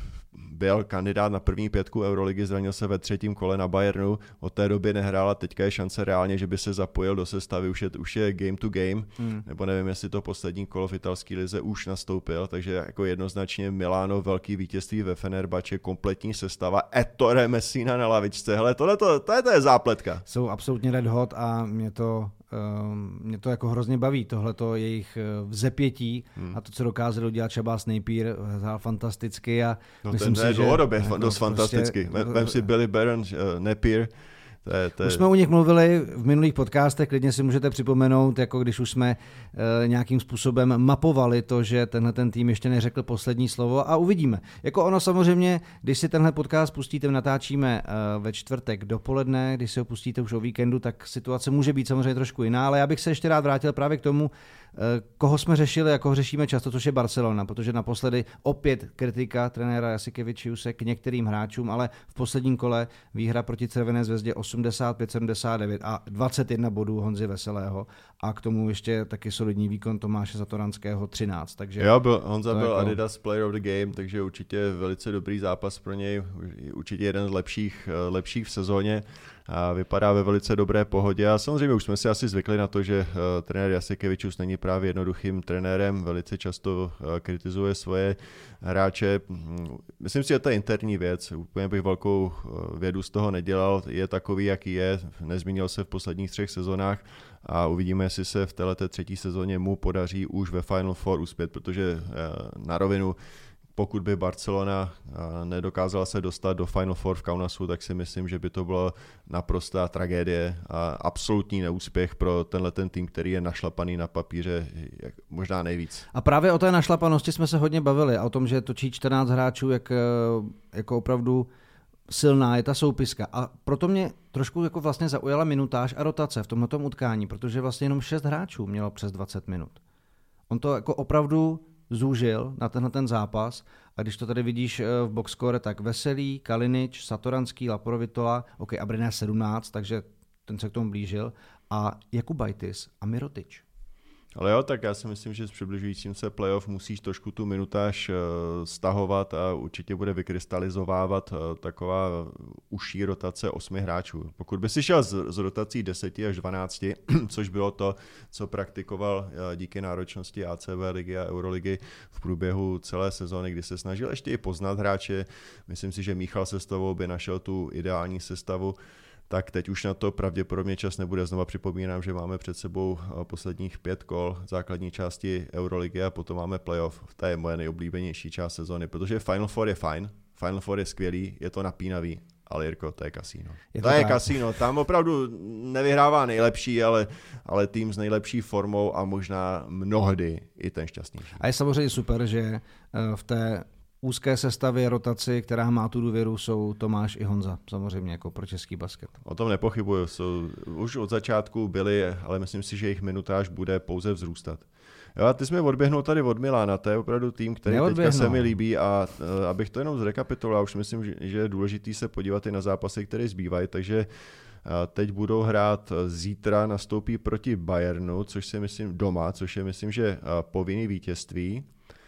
B: byl kandidát na první pětku Euroligy, zranil se ve třetím kole na Bayernu, od té doby nehrál a teďka je šance reálně, že by se zapojil do sestavy, už je, už je game to game, hmm. nebo nevím, jestli to poslední kolo v italské lize už nastoupil, takže jako jednoznačně Milano, velký vítězství ve Fenerbahce, kompletní sestava, Ettore Messina na lavičce, hele, tohle to, to, je, to je zápletka.
A: Jsou absolutně red hot a mě to... Um, mě to jako hrozně baví, tohleto jejich vzepětí hmm. a to, co dokázali udělat Shabazz Napier, hrál fantasticky a
B: no
A: myslím
B: ten
A: si, že...
B: dlouhodobě dost prostě, fantasticky. Vem, vem si Billy Baron, uh, Napier. To je, to je...
A: Už jsme o nich mluvili v minulých podcastech, klidně si můžete připomenout, jako když už jsme e, nějakým způsobem mapovali to, že tenhle ten tým ještě neřekl poslední slovo, a uvidíme. Jako ono samozřejmě, když si tenhle podcast pustíte, natáčíme e, ve čtvrtek dopoledne, když si ho pustíte už o víkendu, tak situace může být samozřejmě trošku jiná, ale já bych se ještě rád vrátil právě k tomu, e, koho jsme řešili a koho řešíme často, což je Barcelona, protože naposledy opět kritika trenéra Jasikevičiuse k některým hráčům, ale v posledním kole výhra proti Červené zvězdě osmdesát pět sedmdesát devět a dvacet jedna bodů Honzy Veselého a k tomu ještě taky solidní výkon Tomáše Zatoranského třináct. Takže
B: jo, byl, Honza byl
A: jako...
B: Adidas Player of the Game, takže určitě velice dobrý zápas pro něj, určitě jeden z lepších, lepších v sezóně. A vypadá ve velice dobré pohodě a samozřejmě už jsme si asi zvykli na to, že uh, trenér Jasikevičius není právě jednoduchým trenérem, velice často uh, kritizuje svoje hráče. Myslím si, že to je interní věc, úplně bych velkou uh, vědu z toho nedělal, je takový, jaký je, nezmínil se v posledních třech sezónách a uvidíme, jestli se v této třetí sezóně mu podaří už ve Final Four uspět, protože uh, na rovinu pokud by Barcelona nedokázala se dostat do Final Four v Kaunasu, tak si myslím, že by to byla naprostá tragédie a absolutní neúspěch pro tenhle ten tým, který je našlapaný na papíře možná nejvíc.
A: A právě o té našlapanosti jsme se hodně bavili a o tom, že točí čtrnáct hráčů, jak jako opravdu silná je ta soupiska. A proto mě trošku jako vlastně zaujala minutáž a rotace v tomhletom utkání, protože vlastně jenom šest hráčů mělo přes dvacet minut. On to jako opravdu zúžil na tenhle ten zápas a když to tady vidíš v boxscore, tak Veselý, Kalinic, Satoranský, Laprovitola, ok, Abrina sedmnáct, takže ten se k tomu blížil, a Jakubaitis a Mirotić.
B: Ale jo, tak já si myslím, že s přibližujícím se playoff musíš trošku tu minutáž stahovat a určitě bude vykrystalizovávat taková užší rotace osmi hráčů. Pokud by si šel z, z rotací deseti až dvanácti, což bylo to, co praktikoval díky náročnosti A C B ligy a Euroligy v průběhu celé sezóny, kdy se snažil ještě i poznat hráče, myslím si, že Míchal sestavou by našel tu ideální sestavu, tak teď už na to pravděpodobně čas nebude. Znova připomínám, že máme před sebou posledních pět kol základní části Euroligy a potom máme playoff. To je moje nejoblíbenější část sezony, protože Final Four je fajn, Final Four je skvělý, je to napínavý, ale Jirko, to je kasíno. Je to, to je kasíno, tam opravdu nevyhrává nejlepší, ale, ale tým s nejlepší formou a možná mnohdy i ten šťastnější.
A: A je samozřejmě super, že v té úzké sestavě rotaci, která má tu důvěru, jsou Tomáš i Honza, samozřejmě jako pro český basket.
B: O tom nepochybuju, jsou, už od začátku byli, ale myslím si, že jejich minutáž bude pouze vzrůstat. Jo, a ty jsme odběhnul tady od Milána, to je opravdu tým, který teďka se mi líbí a uh, abych to jenom zrekapituloval, už myslím, že, že je důležitý se podívat i na zápasy, které zbývají, takže uh, teď budou hrát zítra, nastoupí proti Bayernu, což si myslím doma, což je myslím, že uh, povinný vítězství.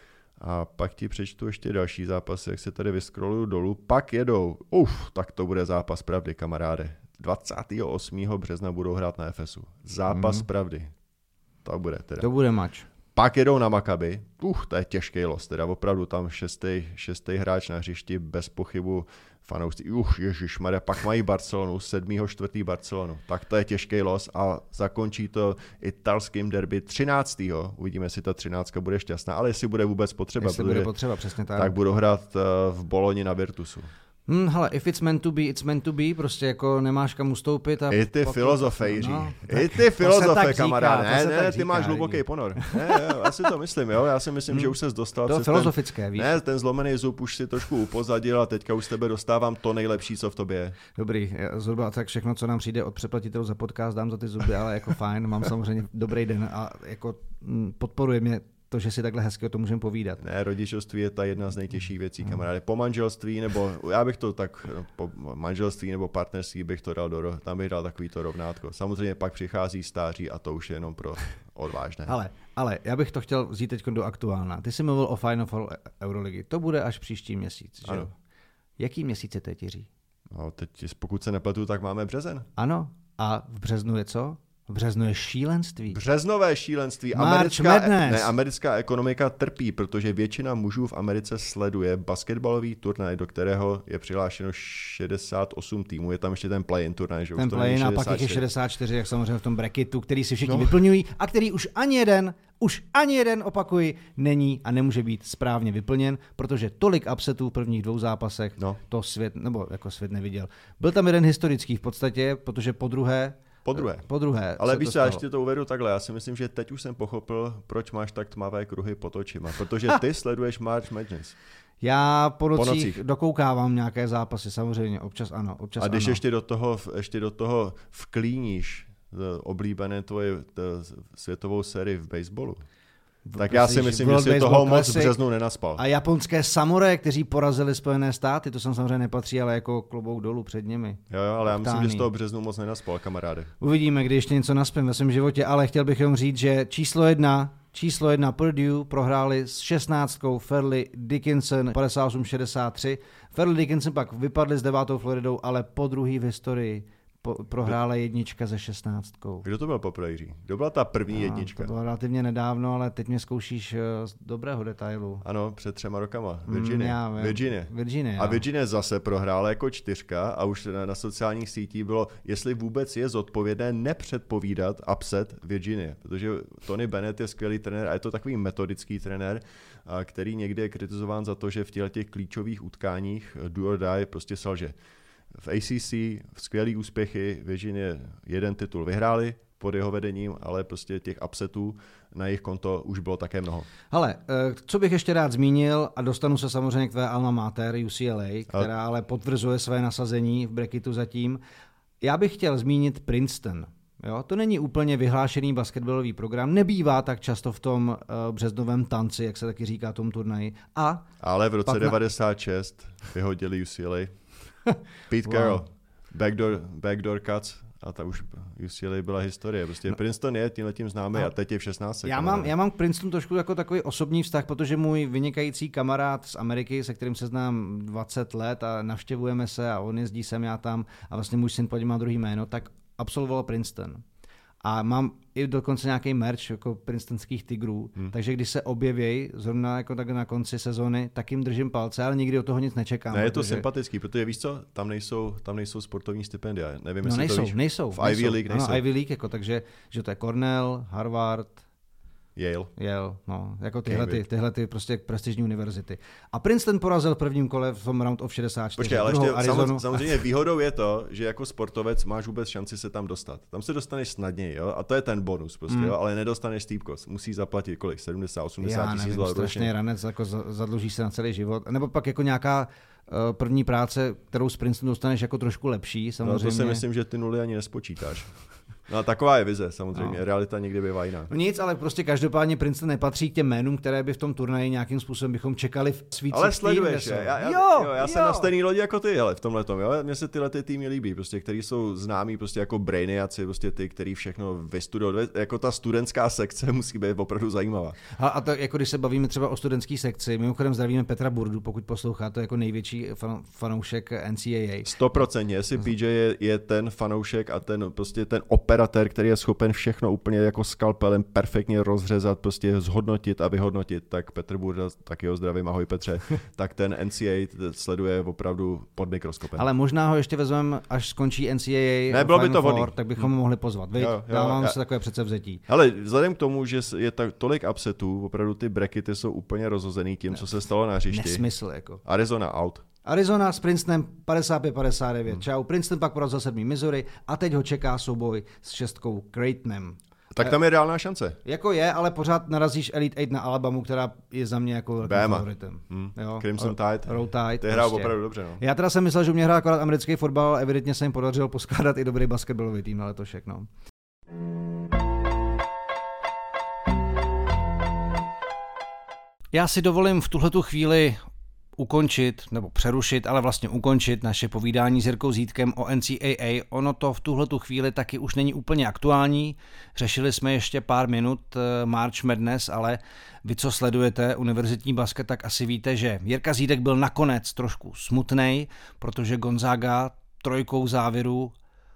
B: A pak ti přečtu ještě další zápasy, jak se tady vyskroluju dolů. Pak jedou, uf, tak to bude zápas pravdy, kamaráde. dvacátého osmého března budou hrát na Efesu. Zápas mm. pravdy. To bude teda.
A: To bude mač.
B: Pak jedou na Maccabi. Uf, to je těžký los. Teda opravdu tam šestý, šestý hráč na hřišti, bez pochybu fanoušci. Uf, ježišmarja, pak mají Barcelonu, sedmého čtvrtého Barcelonu. Tak to je těžký los a zakončí to italským derby třináctého Uvidíme, jestli ta třináctka bude šťastná, ale jestli bude vůbec potřeba.
A: Jestli bude potřeba, přesně tak.
B: Tak budou hrát v Boloni na Virtusu.
A: Hmm, hele, if it's meant to be, it's meant to be, prostě jako nemáš kam ustoupit. A
B: I ty filozofejří, no, i ty filozofe, kamaráde, ne, ne, ty říká, máš hluboký ponor. Ne, jo, já si to myslím, jo, já si myslím, hmm. že už ses dostal
A: to
B: přes
A: filozofické,
B: ten,
A: víš.
B: Ne, ten zlomený zub už si trošku upozadil a teďka už z tebe dostávám to nejlepší, co v tobě je.
A: Dobrý, zhruba tak všechno, co nám přijde od předplatitelů za podcast, dám za ty zuby, ale jako fajn, mám samozřejmě dobrý den a jako podporuje mě to, že si takhle hezky o tom můžeme povídat.
B: Ne, rodičovství je ta jedna z nejtěžších věcí, kamaráde. Po manželství, nebo já bych to tak, po manželství nebo partnerství bych to dal do, tam bych dal takový to rovnátko. Samozřejmě pak přichází stáří a to už je jenom pro odvážné.
A: Ale, ale já bych to chtěl vzít teď do aktuálna. Ty jsi mluvil o Final Four Euroligy. To bude až příští měsíc, že jo? Jaký měsíc je teď, Jiří?
B: No, teď, pokud se nepletu, tak máme březen.
A: Ano. A v březnu je co? V březnu je šílenství.
B: Březnové šílenství.
A: Americká,
B: ne, americká ekonomika trpí, protože většina mužů v Americe sleduje basketbalový turnaj, do kterého je přihlášeno šedesát osm týmů. Je tam ještě ten play-in turnaj, že
A: ten
B: už to
A: play-in a pak je šedesát čtyři, jak samozřejmě v tom bracketu, který si všichni no. vyplňují a který už ani jeden, už ani jeden, opakuji, není a nemůže být správně vyplněn, protože tolik upsetů v prvních dvou zápasech
B: no.
A: to svět, nebo jako svět neviděl. Byl tam jeden historický v podstatě, protože po druhé
B: Po druhé.
A: Po druhé.
B: Ale víš, já ještě to uvedu takhle. Já si myslím, že teď už jsem pochopil, proč máš tak tmavé kruhy pod očima. Protože ty sleduješ March Madness.
A: Já po nocích, po nocích dokoukávám nějaké zápasy, samozřejmě. Občas ano, občas
B: A když
A: ano.
B: ještě do toho, ještě do toho vklíníš oblíbené tvoje světovou sérii v baseballu, tak já si myslím, že si toho moc v březnu nenaspal.
A: A japonské samurai, kteří porazili Spojené státy, to sem samozřejmě nepatří, ale jako klobouk dolů před nimi.
B: Jo, jo, ale já myslím, že z toho březnu moc nenaspal, kamaráde.
A: Uvidíme, kdy ještě něco naspím ve svém životě, ale chtěl bych jenom říct, že číslo jedna, číslo jedna Purdue prohráli s šestnáctkou Fairleigh Dickinson padesát osm šedesát tři. Fairleigh Dickinson pak vypadli s devátou Floridou, ale po druhý v historii Po, prohrála jednička ze šestnáctkou.
B: Kdo to byl poprvé, Jiří? Kdo byla ta první no, jednička?
A: To bylo relativně nedávno, ale teď mě zkoušíš z dobrého detailu.
B: Ano, před třema rokama. Virginia.
A: Mm,
B: Virginia.
A: Virginia.
B: A Virginia zase prohrála jako čtyřka a už na, na sociálních sítích bylo, jestli vůbec je zodpovědné nepředpovídat upset Virginia. Protože Tony Bennett je skvělý trenér a je to takový metodický trenér, který někdy je kritizován za to, že v těch klíčových utkáních do or die prostě selže. V A C C skvělý úspěchy, Virginia jeden titul vyhráli pod jeho vedením, ale prostě těch upsetů na jejich konto už bylo také mnoho.
A: Hele, co bych ještě rád zmínil, a dostanu se samozřejmě k tvé alma mater U C L A, která ale potvrzuje své nasazení v bracketu zatím. Já bych chtěl zmínit Princeton. Jo, to není úplně vyhlášený basketbalový program, nebývá tak často v tom uh, březnovém tanci, jak se taky říká tom turnaji. A
B: ale v roce devadesát šest na... vyhodili U C L A. Pete Carroll, wow. backdoor, backdoor cuts a ta už U C L A byla historie. Prostě no. Princeton je tímhletím známý no. a teď je v šestnácti.
A: Já mám, já mám k Princetonu trošku jako takový osobní vztah, protože můj vynikající kamarád z Ameriky, se kterým se znám dvacet let a navštěvujeme se a on jezdí sem, já tam a vlastně můj syn pod má druhý jméno, tak absolvoval Princeton. A mám i dokonce nějaký merch jako Princetonských Tigrů, hmm. takže když se objeví zrovna jako tak na konci sezóny, tak jim držím palce, ale nikdy od toho nic nečekám.
B: Ne, je to
A: protože...
B: sympatický, protože víš co, tam nejsou, tam nejsou sportovní stipendia. Nevím,
A: no
B: jestli
A: nejsou,
B: to víš.
A: nejsou.
B: V
A: nejsou.
B: Ivy League nejsou.
A: Ano, Ivy League, jako, takže že to je Cornell, Harvard,
B: Yale.
A: Yale, no, jako tyhle, ty, tyhle ty prostě prestižní univerzity. A Princeton porazil v prvním kole v tom round of šedesát čtyři.
B: Počkej, ale ještě samozřejmě, samozřejmě výhodou je to, že jako sportovec máš vůbec šanci se tam dostat. Tam se dostaneš snadněji, jo? A to je ten bonus, prostě, mm. jo? Ale nedostaneš steep cost. Musíš zaplatit kolik? sedmdesát, osmdesát tisíc dolarů.
A: Strašný ranec, jako zadlužíš se na celý život. Nebo pak jako nějaká uh, první práce, kterou z Princetonu dostaneš jako trošku lepší, samozřejmě.
B: No to si myslím, že ty nuly ani nespočítáš. No taková je vize, samozřejmě. No. Realita někdy bývá jiná.
A: No nic, ale prostě každopádně Princeton nepatří k těm jménům, které by v tom turnaji nějakým způsobem bychom čekali v svých.
B: Ale sleduješ je. Já, já, jo, jo, já jo. jsem na stejný lodi jako ty, hele, v tomhletom. Jo? Mně se tyhle ty týmy líbí, prostě, který jsou známí prostě jako brainiaci, prostě ty, který všechno vystudovali. Jako ta studentská sekce musí být opravdu zajímavá. A,
A: a to, jako když se bavíme třeba o studentské sekci, mimochodem zdravíme Petra Burdu, pokud poslouchá, to je jako největší fan, fanoušek N C A A.
B: sto procent, jestli P J je, je ten fanoušek a ten prostě ten operatér, který je schopen všechno úplně jako skalpelem perfektně rozřezat, prostě zhodnotit a vyhodnotit, tak Petr Burda, tak jeho zdravím, ahoj Petře, tak ten N C A A sleduje opravdu pod mikroskopem.
A: Ale možná ho ještě vezmeme, až skončí N C A A.
B: Nebylo by to vhodný.
A: Tak bychom ho mohli pozvat. Jo, jo, Dávám já... se takové předsevzetí.
B: Ale vzhledem k tomu, že je tak tolik upsetů, opravdu ty brackety jsou úplně rozhozený tím, ne, co se stalo na hřišti.
A: Nesmysl jako.
B: Arizona out.
A: Arizona s Princetonem padesát pět padesát devět. Hmm. Čau. Princeton pak porazil sedmý Missouri a teď ho čeká souboj s šestkou Creightonem.
B: Tak tam je reálná šance.
A: Jako je, ale pořád narazíš Elite osm na Alabamu, která je za mě jako velkým favoritem.
B: Hmm. Crimson Tide.
A: Roll Tide.
B: Ty hrál opravdu dobře. No.
A: Já teda jsem myslel, že mě hrál akorát americký fotbal, ale evidentně se jim podařilo poskládat i dobrý basketbalový tým na letošek. No. Já si dovolím v tuhletu chvíli ukončit, nebo přerušit, ale vlastně ukončit naše povídání s Jirkou Zítkem o N C A A. Ono to v tuhletu chvíli taky už není úplně aktuální. Řešili jsme ještě pár minut March Madness, ale vy, co sledujete univerzitní basket, tak asi víte, že Jirka Zítek byl nakonec trošku smutnej, protože Gonzaga trojkou závěru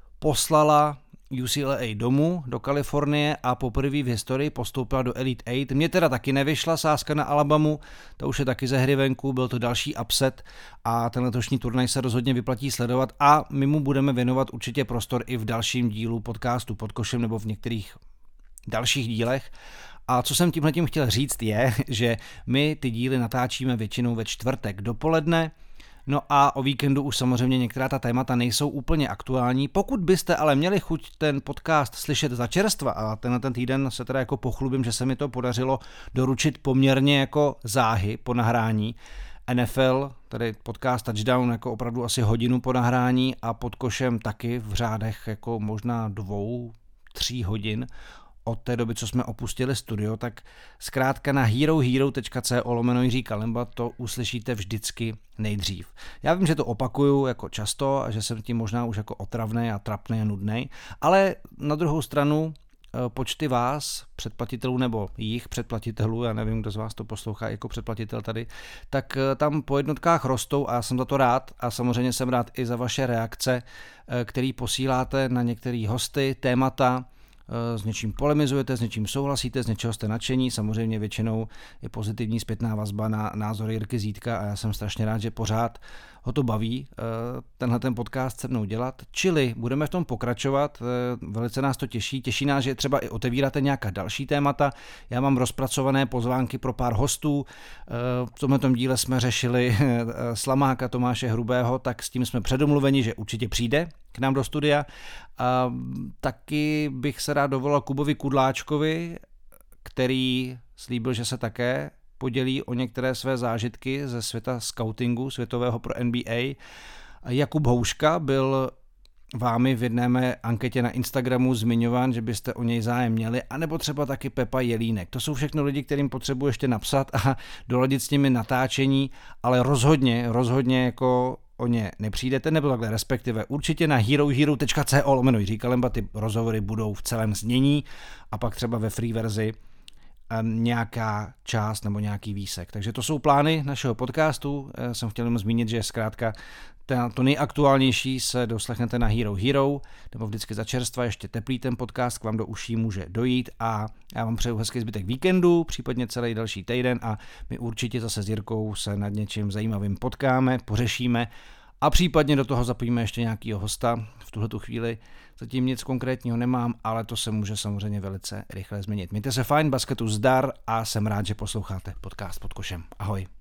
A: poslala U C L A domů do Kalifornie a poprvé v historii postoupila do Elite osm. Mně teda taky nevyšla sázka na Alabamu, to už je taky ze hry venku, byl to další upset a ten letošní turnaj se rozhodně vyplatí sledovat a my mu budeme věnovat určitě prostor i v dalším dílu podcastu Pod košem nebo v některých dalších dílech. A co jsem tímhletím chtěl říct je, že my ty díly natáčíme většinou ve čtvrtek dopoledne. No a o víkendu už samozřejmě některá ta témata nejsou úplně aktuální. Pokud byste ale měli chuť ten podcast slyšet za čerstva a tenhle ten týden se teda jako pochlubím, že se mi to podařilo doručit poměrně jako záhy po nahrání. N F L, tedy podcast Touchdown, jako opravdu asi hodinu po nahrání a Pod košem taky v řádech jako možná dvou, tří hodin od té doby, co jsme opustili studio, tak zkrátka na herohero tečka co lomeno Jiří Kalemba to uslyšíte vždycky nejdřív. Já vím, že to opakuju jako často a že jsem tím možná už jako otravnej a trapnej a nudnej, ale na druhou stranu počty vás, předplatitelů nebo jich předplatitelů, já nevím, kdo z vás to poslouchá jako předplatitel tady, tak tam po jednotkách rostou a já jsem za to rád a samozřejmě jsem rád i za vaše reakce, které posíláte na některé hosty, témata, s něčím polemizujete, s něčím souhlasíte, z něčeho jste nadšení, samozřejmě většinou je pozitivní zpětná vazba na názory Jirky Zítka a já jsem strašně rád, že pořád ho to baví tenhle ten podcast se mnou dělat, čili budeme v tom pokračovat, velice nás to těší, těší nás, že třeba i otevíráte nějaká další témata, já mám rozpracované pozvánky pro pár hostů, v tomto díle jsme řešili Slamáka Tomáše Hrubého, tak s tím jsme předomluveni, že určitě přijde k nám do studia. A taky bych se rád dovolal Kubovi Kudláčkovi, který slíbil, že se také podělí o některé své zážitky ze světa scoutingu světového pro N B A. Jakub Houška byl vámi v jedné mé anketě na Instagramu zmiňován, že byste o něj zájem měli, anebo třeba taky Pepa Jelínek. To jsou všechno lidi, kterým potřebuji ještě napsat a doladit s nimi natáčení, ale rozhodně, rozhodně jako o ně nepřijdete, nebo takhle respektive určitě na herohero tečka co lomeno Jiří Kalemba ty rozhovory budou v celém znění a pak třeba ve free verzi nějaká část nebo nějaký výsek. Takže to jsou plány našeho podcastu. Já jsem chtěl jenom zmínit, že zkrátka to nejaktuálnější se doslechnete na Hero Hero, nebo vždycky za čerstva, ještě teplý ten podcast k vám do uší může dojít a já vám přeju hezký zbytek víkendu, případně celý další týden a my určitě zase s Jirkou se nad něčím zajímavým potkáme, pořešíme a případně do toho zapojíme ještě nějakýho hosta. V tuhletu chvíli zatím nic konkrétního nemám, ale to se může samozřejmě velice rychle změnit. Mějte se fajn, basketu zdar a jsem rád, že posloucháte podcast Pod košem. Ahoj.